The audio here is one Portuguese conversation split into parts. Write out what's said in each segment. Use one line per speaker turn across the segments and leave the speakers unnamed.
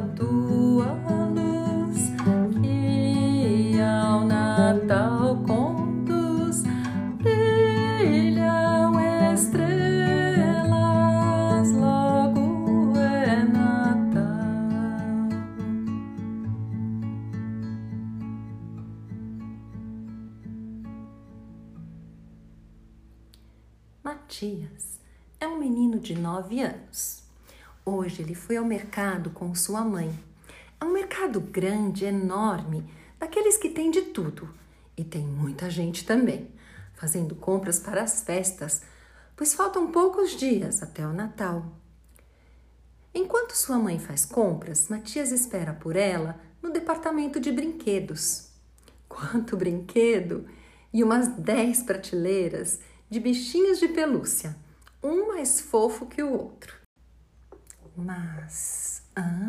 tua luz, que ao Natal conduz. Brilham estrelas, logo é Natal. Matias é um menino de 9 anos. Hoje ele foi ao mercado com sua mãe. É um mercado grande, enorme, daqueles que tem de tudo. E tem muita gente também, fazendo compras para as festas, pois faltam poucos dias até o Natal. Enquanto sua mãe faz compras, Matias espera por ela no departamento de brinquedos. Quanto brinquedo! E umas 10 prateleiras de bichinhos de pelúcia, um mais fofo que o outro. Mas,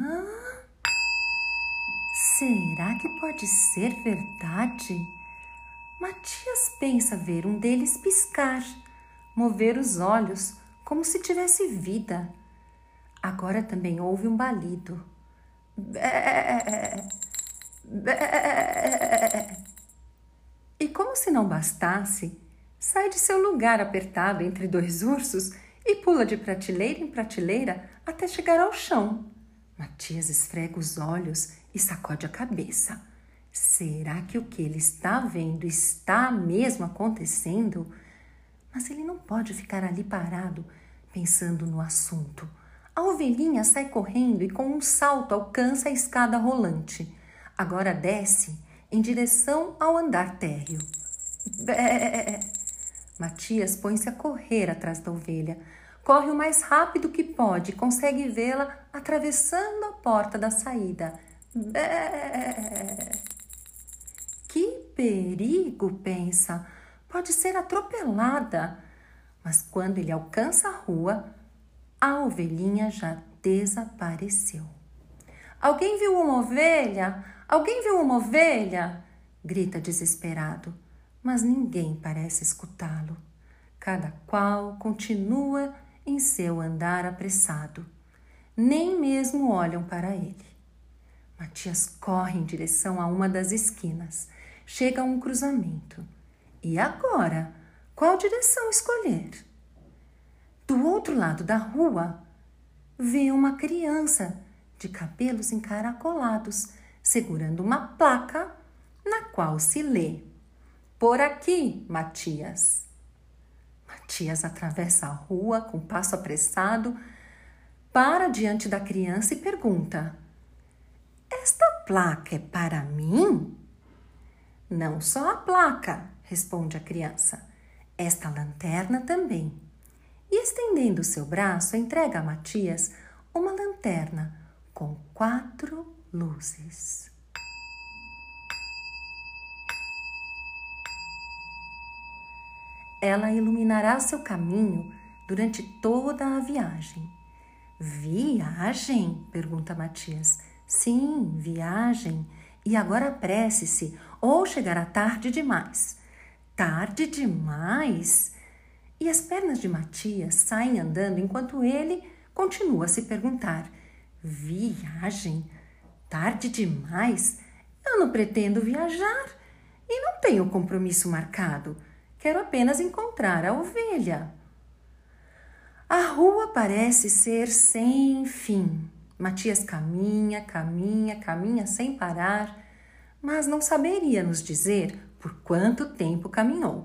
será que pode ser verdade? Matias pensa ver um deles piscar, mover os olhos como se tivesse vida. Agora também ouve um balido. Bé, bé. E como se não bastasse, sai de seu lugar apertado entre 2 ursos e pula de prateleira em prateleira até chegar ao chão. Matias esfrega os olhos e sacode a cabeça. Será que o que ele está vendo está mesmo acontecendo? Mas ele não pode ficar ali parado, pensando no assunto. A ovelhinha sai correndo e com um salto alcança a escada rolante. Agora desce em direção ao andar térreo. Bé! Matias põe-se a correr atrás da ovelha. Corre o mais rápido que pode e consegue vê-la atravessando a porta da saída. Bé! Que perigo, pensa. Pode ser atropelada. Mas quando ele alcança a rua, a ovelhinha já desapareceu. Alguém viu uma ovelha? Alguém viu uma ovelha? Grita desesperado, mas ninguém parece escutá-lo. Cada qual continua em seu andar apressado. Nem mesmo olham para ele. Matias corre em direção a uma das esquinas. Chega a um cruzamento. E agora? Qual direção escolher? Do outro lado da rua, vê uma criança de cabelos encaracolados, segurando uma placa na qual se lê: "Por aqui, Matias." Matias atravessa a rua com passo apressado, para diante da criança e pergunta: "Esta placa é para mim?" "Não só a placa," responde a criança, "esta lanterna também." E estendendo seu braço, entrega a Matias uma lanterna com 4 luzes. Ela iluminará seu caminho durante toda a viagem. "Viagem?" pergunta Matias. "Sim, viagem. E agora apresse-se, ou chegará tarde demais." "Tarde demais?" E as pernas de Matias saem andando enquanto ele continua a se perguntar: "Viagem? Tarde demais? Eu não pretendo viajar e não tenho compromisso marcado. Quero apenas encontrar a ovelha." A rua parece ser sem fim. Matias caminha, caminha, caminha sem parar, mas não saberia nos dizer por quanto tempo caminhou.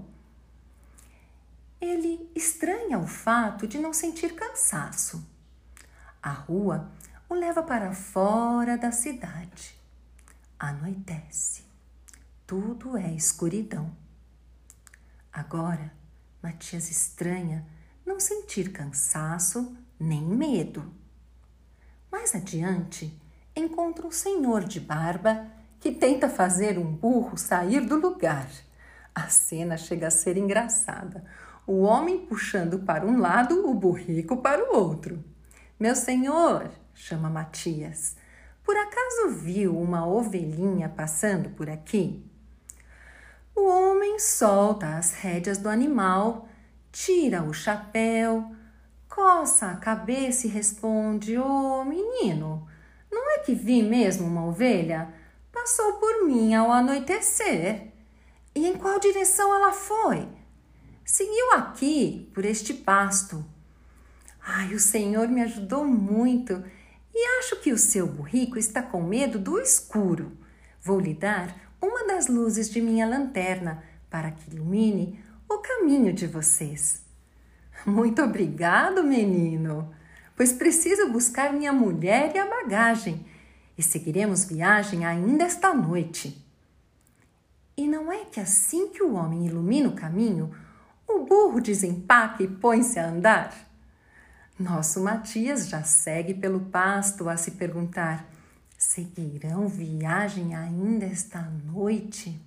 Ele estranha o fato de não sentir cansaço. A rua o leva para fora da cidade. Anoitece. Tudo é escuridão. Agora, Matias estranha não sentir cansaço nem medo. Mais adiante, encontra um senhor de barba que tenta fazer um burro sair do lugar. A cena chega a ser engraçada. O homem puxando para um lado, o burrico para o outro. "Meu senhor," chama Matias, "por acaso viu uma ovelhinha passando por aqui?" O homem solta as rédeas do animal, tira o chapéu, coça a cabeça e responde: "Ô menino, Não é que vi mesmo uma ovelha? Passou por mim ao anoitecer. E em qual direção ela foi? Seguiu aqui, por este pasto. Ai, o Senhor me ajudou muito e acho que o seu burrico está com medo do escuro. Vou lhe dar uma das luzes de minha lanterna para que ilumine o caminho de vocês. Muito obrigado, menino, pois preciso buscar minha mulher e a bagagem e seguiremos viagem ainda esta noite. E não é que assim que o homem ilumina o caminho, o burro desempaca e põe-se a andar? Nosso Matias já segue pelo pasto a se perguntar: seguirão viagem ainda esta noite?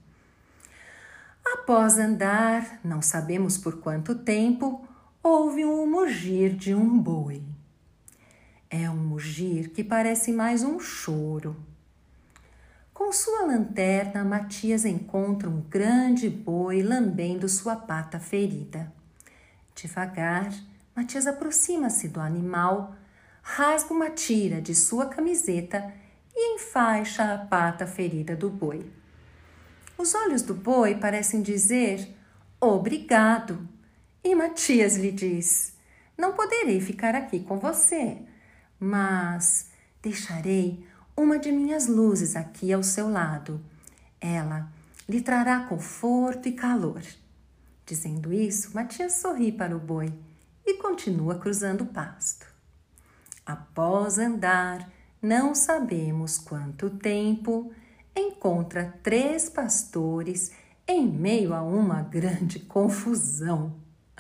Após andar, não sabemos por quanto tempo, houve um mugir de um boi. É um mugir que parece mais um choro. Com sua lanterna, Matias encontra um grande boi lambendo sua pata ferida. Devagar, Matias aproxima-se do animal, rasga uma tira de sua camiseta e enfaixa a pata ferida do boi. Os olhos do boi parecem dizer obrigado. E Matias lhe diz: não poderei ficar aqui com você, mas deixarei uma de minhas luzes aqui ao seu lado. Ela lhe trará conforto e calor. Dizendo isso, Matias sorri para o boi e continua cruzando o pasto. Após andar, não sabemos quanto tempo, encontra 3 pastores em meio a uma grande confusão.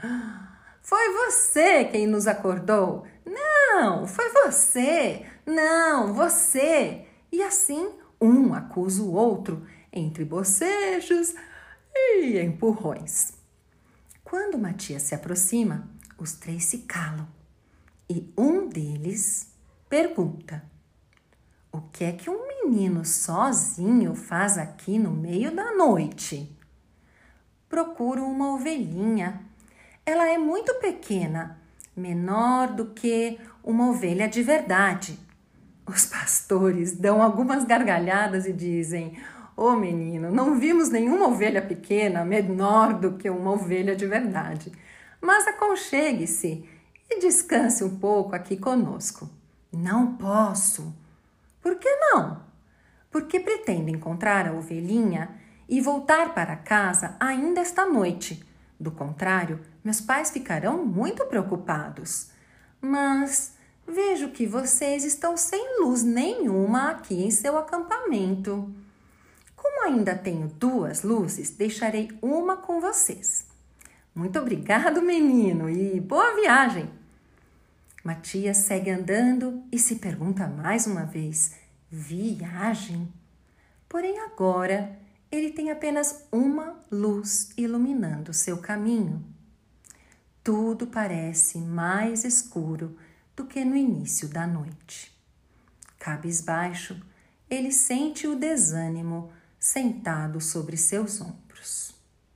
Foi você quem nos acordou? Não, foi você. Não, você. E assim, um acusa o outro entre bocejos e empurrões. Quando Matias se aproxima, os 3 se calam e um deles pergunta: o que é que um menino sozinho faz aqui no meio da noite? Procuro uma ovelhinha. Ela é muito pequena, menor do que uma ovelha de verdade. Os pastores dão algumas gargalhadas e dizem: ô menino, não vimos nenhuma ovelha pequena menor do que uma ovelha de verdade. Mas aconchegue-se e descanse um pouco aqui conosco. Não posso. Por que não? Porque pretendo encontrar a ovelhinha e voltar para casa ainda esta noite. Do contrário, meus pais ficarão muito preocupados. Mas vejo que vocês estão sem luz nenhuma aqui em seu acampamento. Como ainda tenho 2 luzes, deixarei uma com vocês. Muito obrigado, menino, e boa viagem! Matias segue andando e se pergunta mais uma vez: viagem? Porém, agora ele tem apenas uma luz iluminando seu caminho. Tudo parece mais escuro do que no início da noite. Cabisbaixo, ele sente o desânimo sentado sobre seus ombros.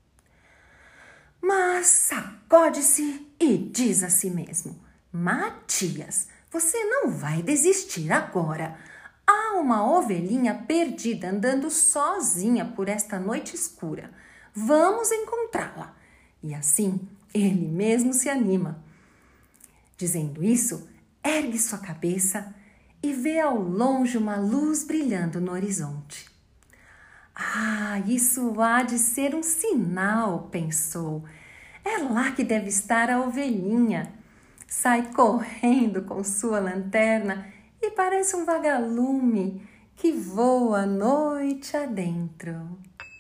Mas sacode-se e diz a si mesmo: Matias, você não vai desistir agora. Há uma ovelhinha perdida andando sozinha por esta noite escura. Vamos encontrá-la. E assim, ele mesmo se anima. Dizendo isso, ergue sua cabeça e vê ao longe uma luz brilhando no horizonte. Ah, isso há de ser um sinal, pensou. É lá que deve estar a ovelhinha. Sai correndo com sua lanterna e parece um vagalume que voa noite adentro.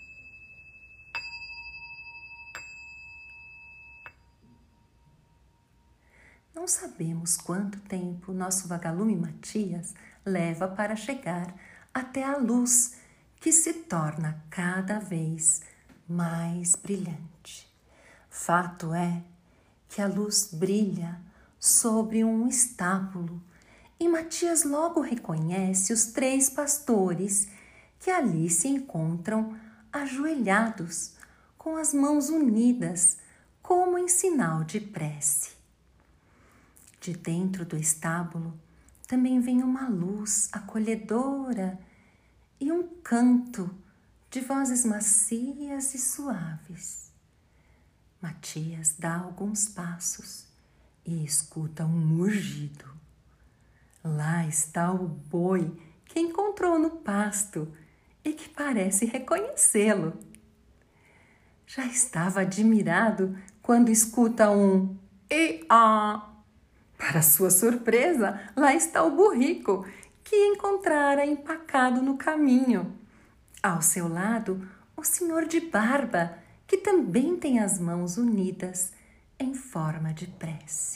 Não sabemos quanto tempo nosso vagalume Matias leva para chegar até a luz que se torna cada vez mais brilhante. Fato é que a luz brilha sobre um estábulo e Matias logo reconhece os 3 pastores que ali se encontram ajoelhados, com as mãos unidas, como em sinal de prece. De dentro do estábulo também vem uma luz acolhedora e um canto de vozes macias e suaves. Matias dá alguns passos e escuta um mugido. Lá está o boi que encontrou no pasto e que parece reconhecê-lo. Já estava admirado quando escuta um "e-a". Para sua surpresa, lá está o burrico que encontrara empacado no caminho. Ao seu lado, o senhor de barba, que também tem as mãos unidas em forma de prece.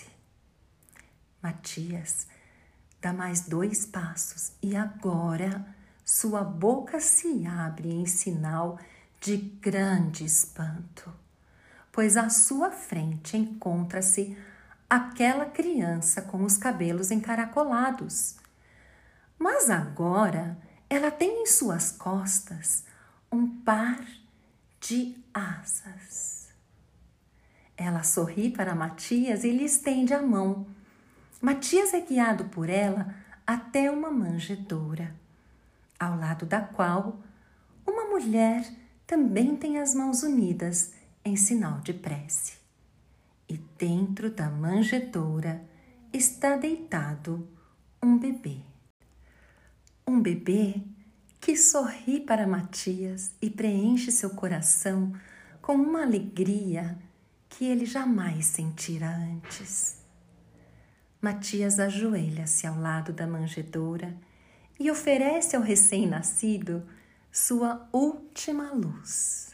Matias dá mais 2 passos e agora sua boca se abre em sinal de grande espanto, pois à sua frente encontra-se aquela criança com os cabelos encaracolados. Mas agora ela tem em suas costas um par de asas. Ela sorri para Matias e lhe estende a mão. Matias é guiado por ela até uma manjedoura, ao lado da qual uma mulher também tem as mãos unidas em sinal de prece. E dentro da manjedoura está deitado um bebê. Um bebê que sorri para Matias e preenche seu coração com uma alegria que ele jamais sentira antes. Matias ajoelha-se ao lado da manjedoura e oferece ao recém-nascido sua última luz.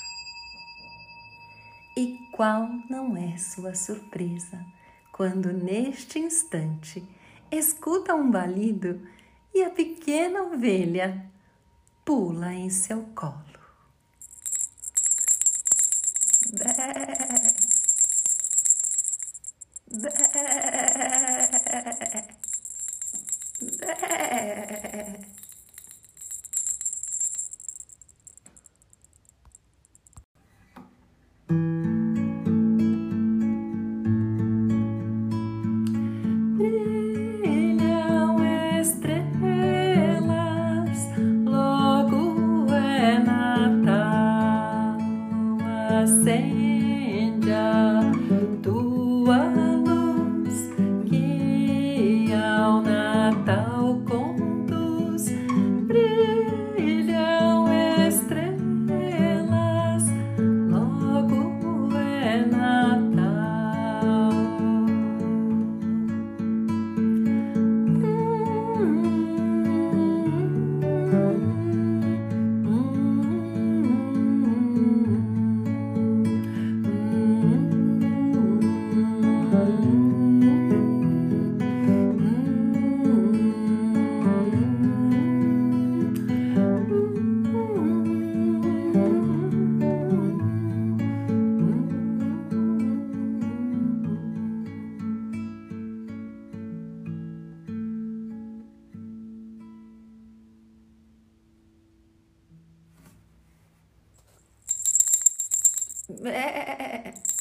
E qual não é sua surpresa quando, neste instante, escuta um balido e a pequena ovelha pula em seu colo. Bé, bé, bé. Brilham estrelas, logo é Natal. Acende a tua luz, que ao Natal conduz. Brilham estrelas, logo é Natal. Bé.